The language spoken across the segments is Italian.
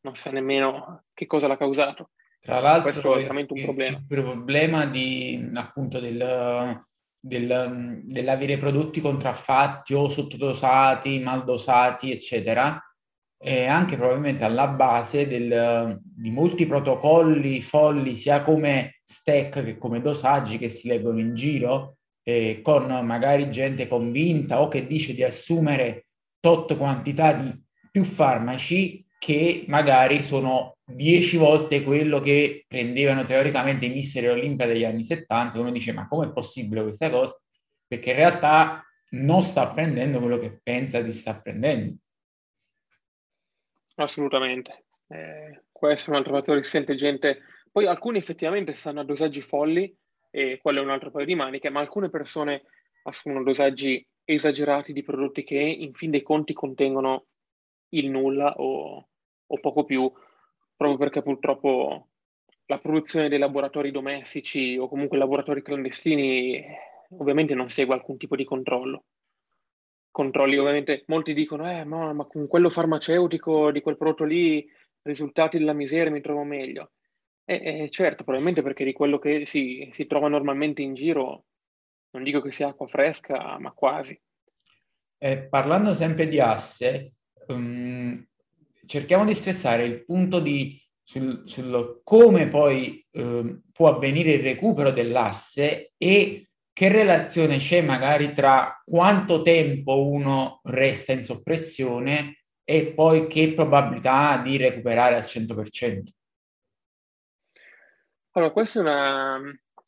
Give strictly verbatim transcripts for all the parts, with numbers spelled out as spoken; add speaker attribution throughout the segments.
Speaker 1: non sa nemmeno che cosa l'ha causato.
Speaker 2: Tra
Speaker 1: Questo
Speaker 2: l'altro
Speaker 1: è
Speaker 2: il,
Speaker 1: veramente un
Speaker 2: il-
Speaker 1: problema.
Speaker 2: il problema di, appunto del, del- dell'avere prodotti contraffatti o sottodosati, maldosati, eccetera, è anche probabilmente alla base del- di molti protocolli folli, sia come stack che come dosaggi che si leggono in giro, eh, con magari gente convinta o che dice di assumere tot quantità di più farmaci che magari sono dieci volte quello che prendevano teoricamente i misteri Olimpia degli anni settanta. Uno dice, ma com'è possibile questa cosa? Perché in realtà non sta prendendo quello che pensa di sta prendendo.
Speaker 1: Assolutamente. Eh, questo è un altro fattore che sente gente. Poi alcuni effettivamente stanno a dosaggi folli, e quello è un altro paio di maniche, ma alcune persone assumono dosaggi esagerati di prodotti che in fin dei conti contengono il nulla o, o poco più, proprio perché purtroppo la produzione dei laboratori domestici o comunque laboratori clandestini eh, ovviamente non segue alcun tipo di controllo. Controlli, ovviamente, molti dicono, eh, ma, ma con quello farmaceutico di quel prodotto lì, risultati della miseria, mi trovo meglio. E, e certo, probabilmente perché di quello che si, si trova normalmente in giro, non dico che sia acqua fresca, ma quasi.
Speaker 2: Eh, parlando sempre di asse, ehm, cerchiamo di stressare il punto di, sul, sul come poi ehm, può avvenire il recupero dell'asse e che relazione c'è magari tra quanto tempo uno resta in soppressione e poi che probabilità ha di recuperare al cento per cento.
Speaker 1: Allora, questa è una,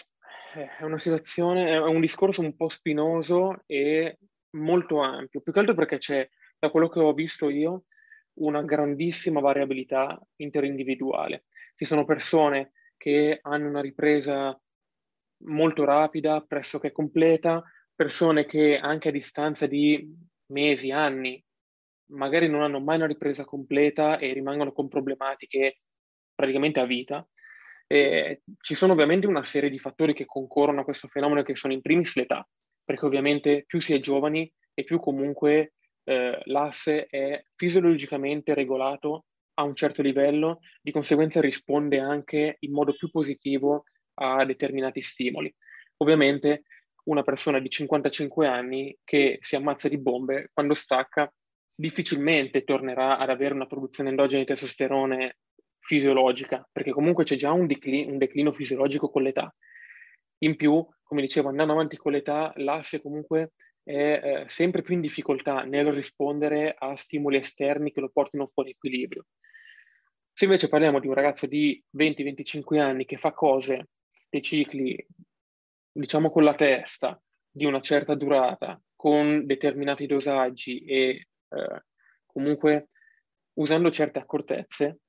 Speaker 1: è una situazione, è un discorso un po' spinoso e molto ampio, più che altro perché c'è, da quello che ho visto io, una grandissima variabilità interindividuale. Ci sono persone che hanno una ripresa molto rapida, pressoché completa, persone che anche a distanza di mesi, anni, magari non hanno mai una ripresa completa e rimangono con problematiche praticamente a vita. E ci sono ovviamente una serie di fattori che concorrono a questo fenomeno, che sono in primis l'età, perché ovviamente più si è giovani e più comunque eh, l'asse è fisiologicamente regolato a un certo livello, di conseguenza risponde anche in modo più positivo a determinati stimoli. Ovviamente una persona di cinquantacinque anni che si ammazza di bombe, quando stacca, difficilmente tornerà ad avere una produzione endogena di testosterone fisiologica, perché comunque c'è già un, declino, un declino fisiologico con l'età. In più, come dicevo, andando avanti con l'età, l'asse comunque è eh, sempre più in difficoltà nel rispondere a stimoli esterni che lo portino fuori equilibrio. Se invece parliamo di un ragazzo di venti venticinque anni che fa cose, dei cicli, diciamo con la testa, di una certa durata, con determinati dosaggi e eh, comunque usando certe accortezze,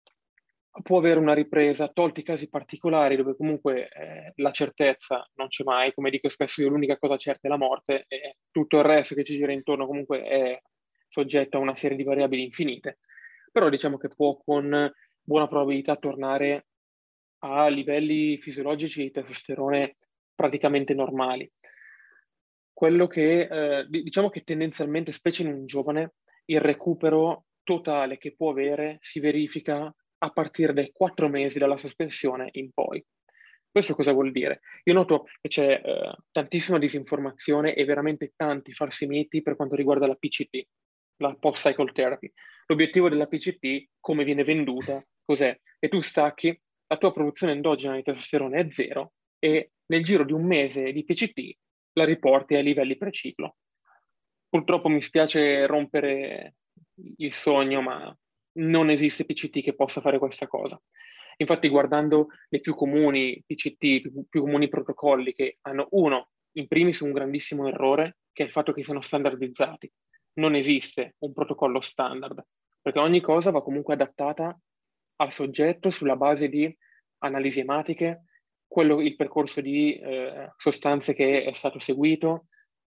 Speaker 1: può avere una ripresa, tolti i casi particolari dove comunque eh, la certezza non c'è mai, come dico spesso io, l'unica cosa certa è la morte e tutto il resto che ci gira intorno comunque è soggetto a una serie di variabili infinite, però diciamo che può con buona probabilità tornare a livelli fisiologici di testosterone praticamente normali. Quello che, eh, diciamo che tendenzialmente, specie in un giovane, il recupero totale che può avere si verifica a partire dai quattro mesi dalla sospensione in poi. Questo cosa vuol dire? Io noto che c'è eh, tantissima disinformazione e veramente tanti falsi miti per quanto riguarda la P C T, la post-cycle therapy. L'obiettivo della P C T, come viene venduta, cos'è? E tu stacchi, la tua produzione endogena di testosterone è zero e nel giro di un mese di P C T la riporti ai livelli preciclo. Purtroppo mi spiace rompere il sogno, ma non esiste P C T che possa fare questa cosa. Infatti, guardando le più comuni P C T, più, più comuni protocolli che hanno uno, in primis un grandissimo errore, che è il fatto che siano standardizzati. Non esiste un protocollo standard, perché ogni cosa va comunque adattata al soggetto sulla base di analisi ematiche, quello, il percorso di eh, sostanze che è stato seguito,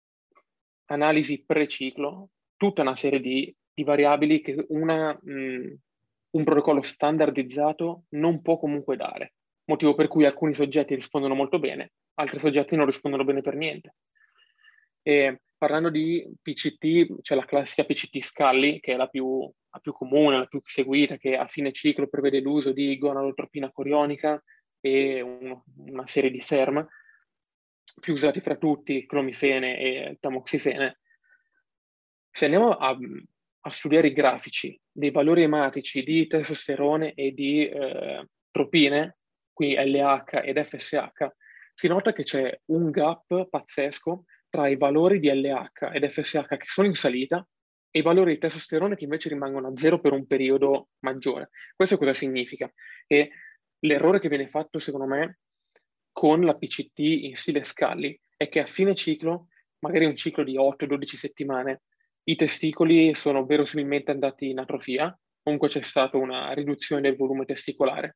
Speaker 1: analisi pre-ciclo, tutta una serie di, di variabili che una, mh, un protocollo standardizzato non può comunque dare, motivo per cui alcuni soggetti rispondono molto bene, altri soggetti non rispondono bene per niente. E parlando di P C T, c'è la classica P C T Scully, che è la più, la più comune, la più seguita, che a fine ciclo prevede l'uso di gonadotropina corionica e un- una serie di SERM, più usati fra tutti, clomifene e tamoxifene. Se andiamo a, a studiare i grafici dei valori ematici di testosterone e di eh, tropine, qui L H ed F S H, si nota che c'è un gap pazzesco tra i valori di L H ed F S H che sono in salita e i valori di testosterone che invece rimangono a zero per un periodo maggiore. Questo cosa significa? Che l'errore che viene fatto, secondo me, con la P C T in stile Scully è che a fine ciclo, magari un ciclo di otto dodici settimane, i testicoli sono verosimilmente andati in atrofia, comunque c'è stata una riduzione del volume testicolare.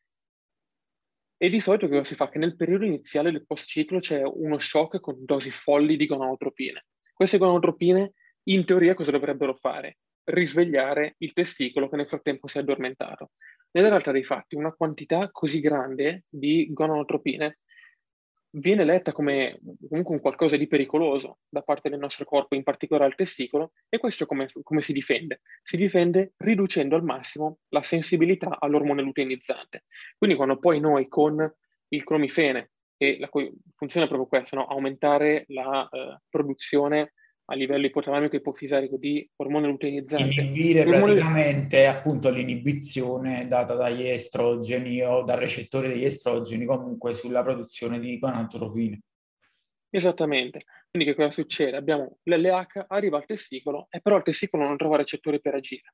Speaker 1: E di solito cosa si fa? Che nel periodo iniziale del post-ciclo c'è uno shock con dosi folli di gonadotropine. Queste gonadotropine, in teoria, cosa dovrebbero fare? Risvegliare il testicolo che nel frattempo si è addormentato. Nella realtà dei fatti, una quantità così grande di gonadotropine viene letta come comunque un qualcosa di pericoloso da parte del nostro corpo, in particolare al testicolo, e questo come, come si difende? Si difende riducendo al massimo la sensibilità all'ormone luteinizzante. Quindi quando poi noi con il clomifene, e la cui funzione è proprio questa, no? Aumentare la eh, produzione a livello ipotalamico e ipofisarico di ormone luteinizzante.
Speaker 2: Inibire
Speaker 1: L'ormone
Speaker 2: praticamente appunto l'inibizione data dagli estrogeni o dal recettore degli estrogeni comunque sulla produzione di gonadotropine.
Speaker 1: Esattamente. Quindi che cosa succede? Abbiamo l'L H, arriva al testicolo, e però il testicolo non trova recettori per agire.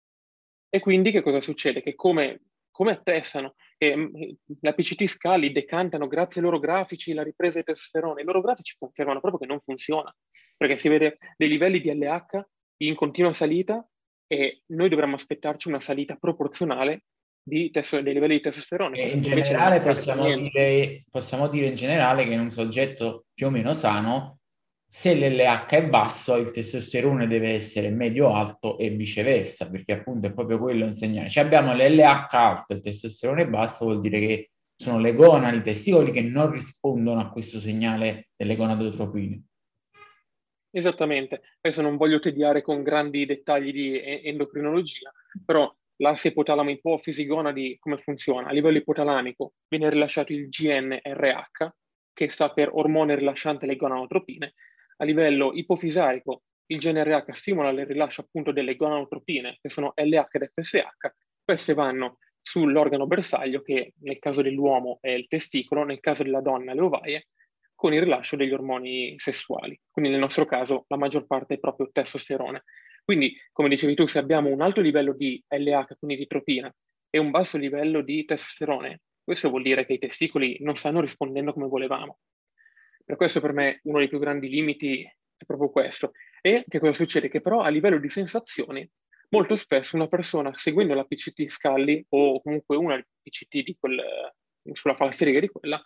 Speaker 1: E quindi che cosa succede? Che come, come attestano che mh, la P C T Scully decantano grazie ai loro grafici la ripresa di testosterone, i loro grafici confermano proprio che non funziona, perché si vede dei livelli di L H in continua salita e noi dovremmo aspettarci una salita proporzionale di testo- dei livelli di testosterone,
Speaker 2: E
Speaker 1: cosa
Speaker 2: in
Speaker 1: che invece non
Speaker 2: generale
Speaker 1: accade per
Speaker 2: possiamo
Speaker 1: niente.
Speaker 2: dire, possiamo dire in generale che in un soggetto più o meno sano, se l'L H è basso, il testosterone deve essere medio-alto e viceversa, perché appunto è proprio quello il segnale. Cioè abbiamo l'L H alto e il testosterone basso, vuol dire che sono le gonadi, i testicoli che non rispondono a questo segnale delle gonadotropine.
Speaker 1: Esattamente, adesso non voglio tediare con grandi dettagli di e- endocrinologia, però l'asse ipotalamo-ipofisi gonadi come funziona? A livello ipotalamico viene rilasciato il G N R H, che sta per ormone rilasciante le gonadotropine. A livello ipofisarico il G N R H stimola il rilascio appunto delle gonadotropine, che sono L H ed F S H. Queste vanno sull'organo bersaglio, che nel caso dell'uomo è il testicolo, nel caso della donna le ovaie, con il rilascio degli ormoni sessuali. Quindi nel nostro caso la maggior parte è proprio testosterone. Quindi, come dicevi tu, se abbiamo un alto livello di L H, quindi di tropina, e un basso livello di testosterone, questo vuol dire che i testicoli non stanno rispondendo come volevamo. Per questo per me uno dei più grandi limiti è proprio questo. E che cosa succede? Che però a livello di sensazioni, molto spesso una persona seguendo la P C T Scully o comunque una P C T di quel, sulla falsariga di quella,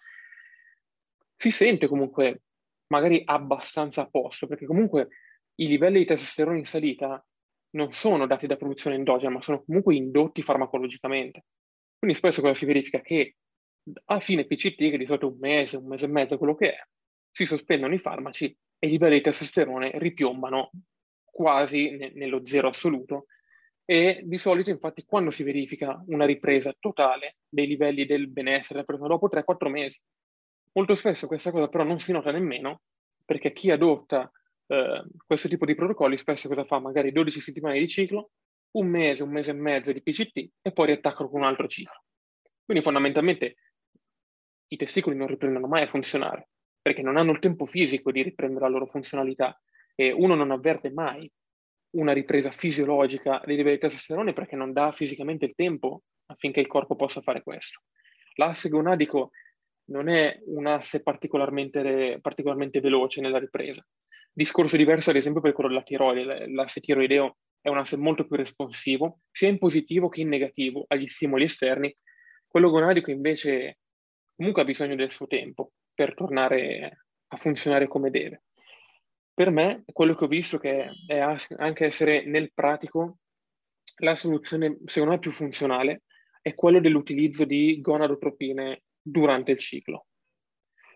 Speaker 1: si sente comunque magari abbastanza a posto, perché comunque i livelli di testosterone in salita non sono dati da produzione endogena, ma sono comunque indotti farmacologicamente. Quindi spesso cosa si verifica? Che a fine P C T, che di solito è un mese, un mese e mezzo, quello che è, si sospendono i farmaci e i livelli di testosterone ripiombano quasi ne- nello zero assoluto. E di solito, infatti, quando si verifica una ripresa totale dei livelli del benessere della persona dopo tre quattro mesi. Molto spesso questa cosa però non si nota nemmeno perché chi adotta eh, questo tipo di protocolli spesso cosa fa? Magari dodici settimane di ciclo, un mese, un mese e mezzo di P C T e poi riattaccano con un altro ciclo. Quindi fondamentalmente i testicoli non riprendono mai a funzionare perché non hanno il tempo fisico di riprendere la loro funzionalità e uno non avverte mai una ripresa fisiologica dei livelli di testosterone perché non dà fisicamente il tempo affinché il corpo possa fare questo. L'asse gonadico non è un asse particolarmente, particolarmente veloce nella ripresa. Discorso diverso, ad esempio, per quello della tiroide. L'asse tiroideo è un asse molto più responsivo, sia in positivo che in negativo, agli stimoli esterni. Quello gonadico, invece, comunque ha bisogno del suo tempo per tornare a funzionare come deve. Per me, quello che ho visto che è anche essere nel pratico, la soluzione, secondo me, più funzionale è quello dell'utilizzo di gonadotropine durante il ciclo.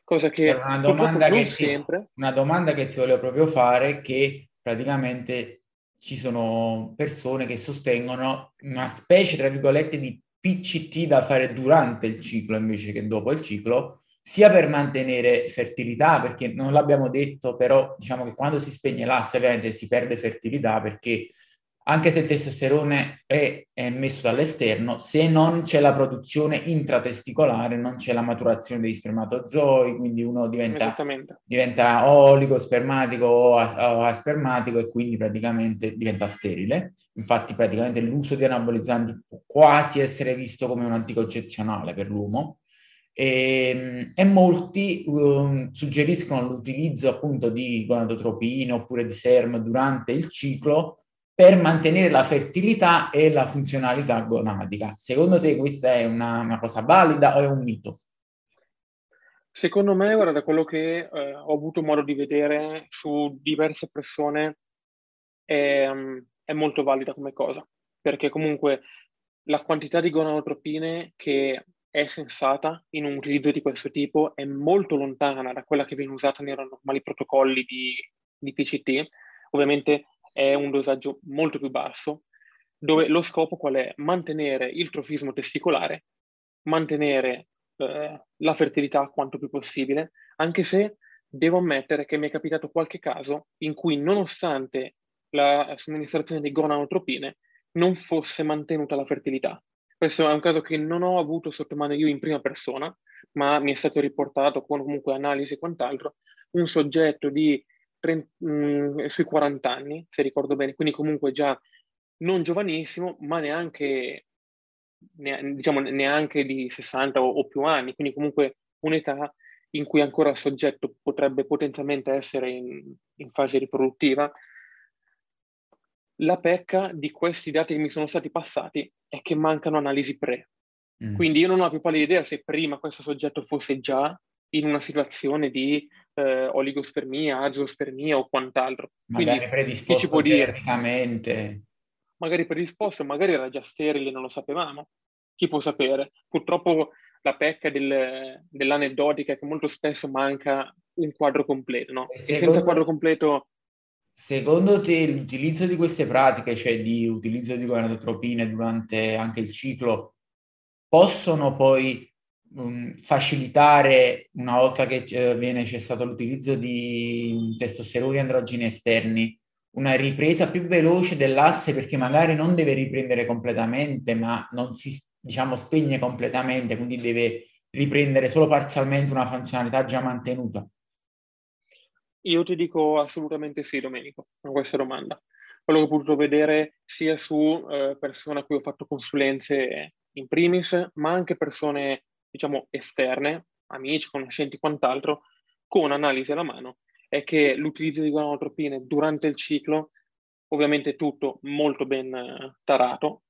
Speaker 1: cosa
Speaker 2: Era
Speaker 1: che
Speaker 2: una
Speaker 1: purtroppo
Speaker 2: domanda
Speaker 1: non
Speaker 2: che ti,
Speaker 1: sempre.
Speaker 2: una domanda che ti volevo proprio fare, che praticamente ci sono persone che sostengono una specie, tra virgolette, di P C T da fare durante il ciclo invece che dopo il ciclo, sia per mantenere fertilità, perché non l'abbiamo detto, però diciamo che quando si spegne l'asse ovviamente si perde fertilità, perché anche se il testosterone è emesso dall'esterno, se non c'è la produzione intratesticolare, non c'è la maturazione degli spermatozoi, quindi uno diventa,
Speaker 1: Esattamente.
Speaker 2: diventa o oligospermatico o, a- o aspermatico e quindi praticamente diventa sterile. Infatti praticamente l'uso di anabolizzanti può quasi essere visto come un anticoncezionale per l'uomo. E, e molti um, suggeriscono l'utilizzo appunto di gonadotropine oppure di SERM durante il ciclo per mantenere la fertilità e la funzionalità gonadica. Secondo te questa è una, una cosa valida o è un mito?
Speaker 1: Secondo me, guarda, da quello che eh, ho avuto modo di vedere su diverse persone, è, mm, è molto valida come cosa, perché comunque la quantità di gonadotropine che è sensata in un utilizzo di questo tipo è molto lontana da quella che viene usata nei normali protocolli di, di P C T. Ovviamente è un dosaggio molto più basso, dove lo scopo qual è? Mantenere il trofismo testicolare, mantenere eh, la fertilità quanto più possibile, anche se devo ammettere che mi è capitato qualche caso in cui, nonostante la somministrazione di gonadotropine, non fosse mantenuta la fertilità. Questo è un caso che non ho avuto sotto mano io in prima persona, ma mi è stato riportato con comunque analisi e quant'altro, un soggetto di trenta, mh, sui quaranta anni, se ricordo bene, quindi comunque già non giovanissimo, ma neanche, ne- diciamo, neanche di sessanta o, o più anni, quindi comunque un'età in cui ancora il soggetto potrebbe potenzialmente essere in, in fase riproduttiva. La pecca di questi dati che mi sono stati passati è che mancano analisi pre.
Speaker 2: Mm.
Speaker 1: Quindi io non ho la più pallida idea se prima questo soggetto fosse già in una situazione di eh, oligospermia, azoospermia o quant'altro. Quindi
Speaker 2: Magari
Speaker 1: chi ci può
Speaker 2: predisposto
Speaker 1: dire?
Speaker 2: geneticamente.
Speaker 1: Magari predisposto, magari era già sterile, non lo sapevamo. Chi può sapere? Purtroppo la pecca del- dell'aneddotica è che molto spesso manca un quadro completo, no?
Speaker 2: E
Speaker 1: E senza
Speaker 2: secondo,
Speaker 1: quadro completo,
Speaker 2: secondo te l'utilizzo di queste pratiche, cioè di utilizzo di gonadotropine durante anche il ciclo, possono poi um, facilitare, una volta che eh, viene cessato l'utilizzo di testosterone e androgeni esterni, una ripresa più veloce dell'asse perché magari non deve riprendere completamente, ma non si, diciamo, spegne completamente, quindi deve riprendere solo parzialmente una funzionalità già mantenuta.
Speaker 1: io ti dico assolutamente sì, Domenico, a questa domanda. Quello che ho potuto vedere sia su eh, persone a cui ho fatto consulenze in primis, ma anche persone, diciamo, esterne, amici, conoscenti, quant'altro, con analisi alla mano, è che l'utilizzo di gonadotropine durante il ciclo, ovviamente tutto molto ben eh, tarato,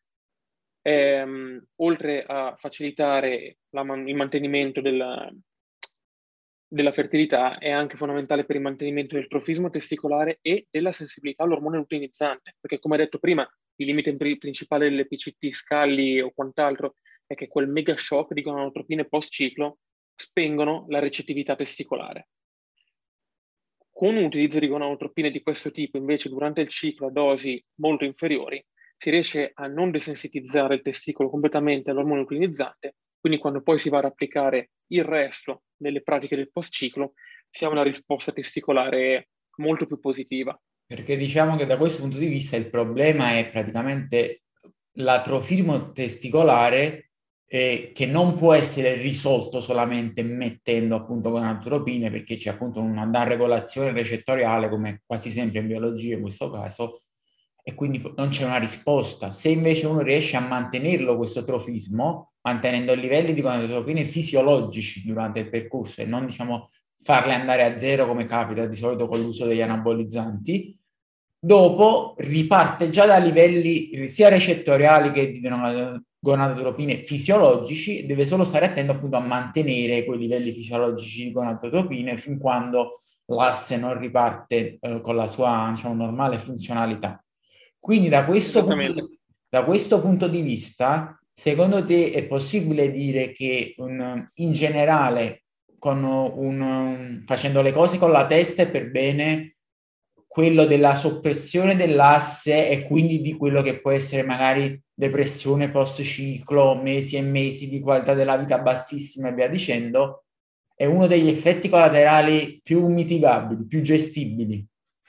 Speaker 1: ehm, oltre a facilitare la man- il mantenimento della, della fertilità, è anche fondamentale per il mantenimento del trofismo testicolare e della sensibilità all'ormone luteinizzante, perché come detto prima, il limite pri- principale delle P C T, scalli o quant'altro è che quel mega shock di gonadotropine post-ciclo spengono la recettività testicolare. Con un utilizzo di gonadotropine di questo tipo, invece, durante il ciclo a dosi molto inferiori, si riesce a non desensitizzare il testicolo completamente all'ormone luteinizzante, quindi quando poi si va ad applicare il resto delle pratiche del post-ciclo, si ha una risposta testicolare molto più positiva.
Speaker 2: Perché diciamo che da questo punto di vista il problema è praticamente l'atrofismo testicolare eh, che non può essere risolto solamente mettendo appunto gonadotropine perché c'è appunto una regolazione recettoriale come quasi sempre in biologia in questo caso e quindi non c'è una risposta. Se invece uno riesce a mantenerlo questo trofismo, mantenendo livelli di gonadotropine fisiologici durante il percorso e non diciamo farle andare a zero come capita di solito con l'uso degli anabolizzanti, dopo riparte già da livelli sia recettoriali che di gonadotropine fisiologici, deve solo stare attento appunto a mantenere quei livelli fisiologici di gonadotropine fin quando l'asse non riparte eh, con la sua diciamo, normale funzionalità. Quindi da questo punto
Speaker 1: Esattamente.
Speaker 2: di, da questo punto di vista, secondo te è possibile dire che un, in generale con un, facendo le cose con la testa e per bene, quello della soppressione dell'asse e quindi di quello che può essere magari depressione post-ciclo, mesi e mesi di qualità della vita bassissima e via dicendo, è uno degli effetti collaterali più mitigabili, più gestibili.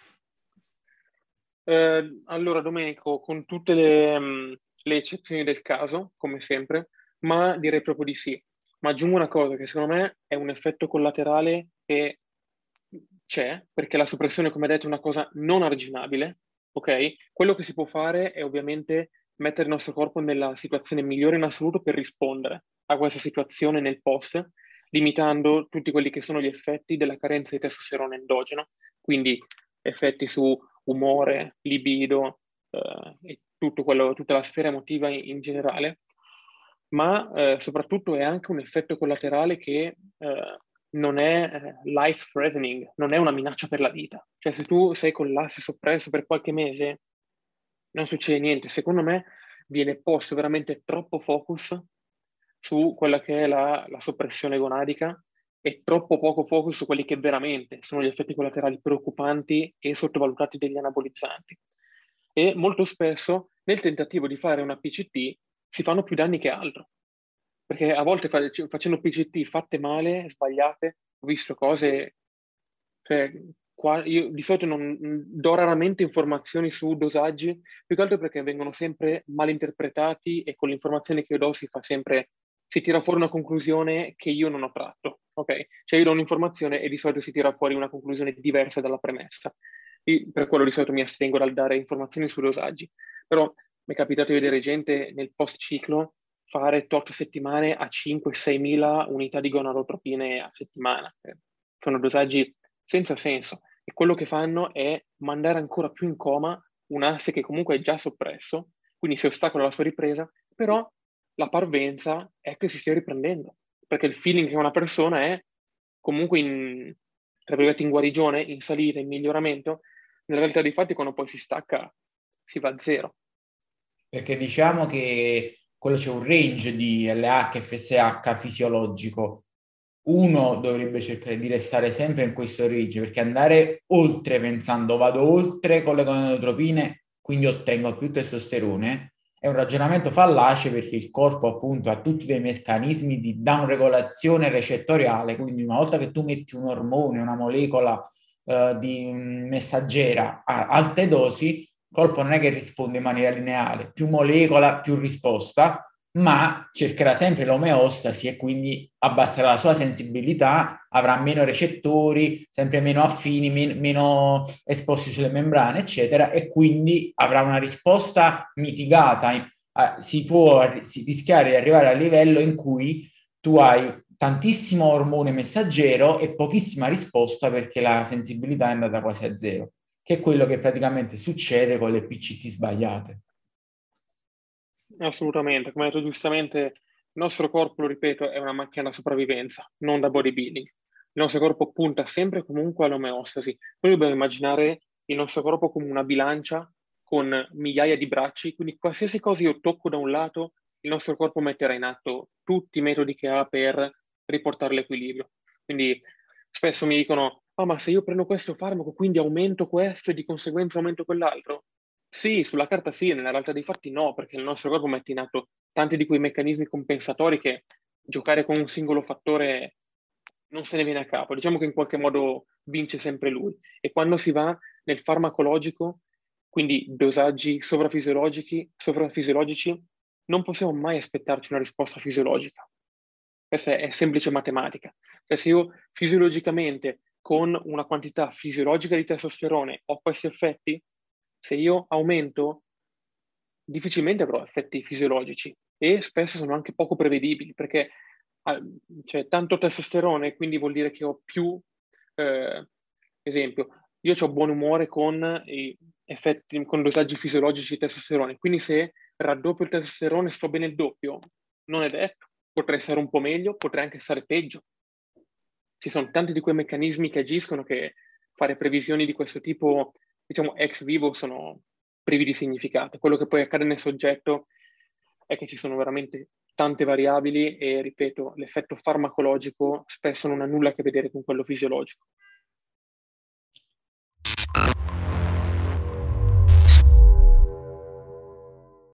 Speaker 1: Eh, allora, Domenico, con tutte le, mh, le eccezioni del caso, come sempre, ma direi proprio di sì. Ma aggiungo una cosa che secondo me è un effetto collaterale che c'è, perché la soppressione, come detto, è una cosa non arginabile, ok? Quello che si può fare è ovviamente mettere il nostro corpo nella situazione migliore in assoluto per rispondere a questa situazione nel post, limitando tutti quelli che sono gli effetti della carenza di testosterone endogeno, quindi effetti su umore, libido eh, e tutto quello, tutta la sfera emotiva in, in generale, ma eh, soprattutto è anche un effetto collaterale che eh, non è eh, life threatening, non è una minaccia per la vita. Cioè se tu sei con l'asse soppresso per qualche mese, non succede niente. Secondo me viene posto veramente troppo focus su quella che è la, la soppressione gonadica e troppo poco focus su quelli che veramente sono gli effetti collaterali preoccupanti e sottovalutati degli anabolizzanti. E molto spesso nel tentativo di fare una P C T si fanno più danni che altro. Perché a volte fa- facendo P C T fatte male, sbagliate, ho visto cose, cioè, qua- io di solito non do raramente informazioni su dosaggi, più che altro perché vengono sempre mal interpretati e con le informazioni che io do si fa sempre, si tira fuori una conclusione che io non ho tratto, ok? Cioè io do un'informazione e di solito si tira fuori una conclusione diversa dalla premessa. Io per quello di solito mi astengo dal dare informazioni sui dosaggi. Però mi è capitato di vedere gente nel post-ciclo fare tot settimane a cinque sei mila unità di gonadotropine a settimana. Eh, Sono dosaggi senza senso. E quello che fanno è mandare ancora più in coma un asse che comunque è già soppresso, quindi si ostacola la sua ripresa, però la parvenza è che si stia riprendendo, perché il feeling che una persona è comunque in, tra virgolette, in guarigione, in salita, in miglioramento, nella realtà dei fatti quando poi si stacca si va a zero.
Speaker 2: Perché diciamo che quello c'è un range di L H, F S H fisiologico. Uno dovrebbe cercare di restare sempre in questo range, perché andare oltre pensando vado oltre con le gonadotropine, quindi ottengo più testosterone, è un ragionamento fallace perché il corpo appunto ha tutti dei meccanismi di downregolazione recettoriale, quindi una volta che tu metti un ormone, una molecola eh, di messaggera a alte dosi, il corpo non è che risponde in maniera lineare, più molecola, più risposta, ma cercherà sempre l'omeostasi e quindi abbasserà la sua sensibilità, avrà meno recettori, sempre meno affini, men- meno esposti sulle membrane, eccetera, e quindi avrà una risposta mitigata. Eh, si può arri- si rischiare di arrivare al livello in cui tu hai tantissimo ormone messaggero e pochissima risposta perché la sensibilità è andata quasi a zero, che è quello che praticamente succede con le P C T sbagliate.
Speaker 1: Assolutamente, come hai detto giustamente, il nostro corpo, lo ripeto, è una macchina da sopravvivenza, non da bodybuilding. Il nostro corpo punta sempre e comunque all'omeostasi. Noi dobbiamo immaginare il nostro corpo come una bilancia con migliaia di bracci, quindi qualsiasi cosa io tocco da un lato, il nostro corpo metterà in atto tutti i metodi che ha per riportare l'equilibrio. Quindi spesso mi dicono, ah, ma se io prendo questo farmaco, quindi aumento questo e di conseguenza aumento quell'altro. Sì, sulla carta sì, nella realtà dei fatti no, perché il nostro corpo mette in atto tanti di quei meccanismi compensatori che giocare con un singolo fattore non se ne viene a capo. Diciamo che in qualche modo vince sempre lui. E quando si va nel farmacologico, quindi dosaggi sovrafisiologici, sovrafisiologici, non possiamo mai aspettarci una risposta fisiologica. Questa è semplice matematica. Cioè, se io fisiologicamente con una quantità fisiologica di testosterone ho questi effetti, se io aumento, difficilmente avrò effetti fisiologici e spesso sono anche poco prevedibili perché ah, c'è tanto testosterone, quindi vuol dire che ho più, eh, esempio, io ho buon umore con i effetti, con dosaggi fisiologici di testosterone, quindi se raddoppio il testosterone sto bene il doppio, non è detto, potrei stare un po' meglio, potrei anche stare peggio. Ci sono tanti di quei meccanismi che agiscono che fare previsioni di questo tipo, diciamo, ex vivo sono privi di significato. Quello che poi accade nel soggetto è che ci sono veramente tante variabili e, ripeto, l'effetto farmacologico spesso non ha nulla a che vedere con quello fisiologico.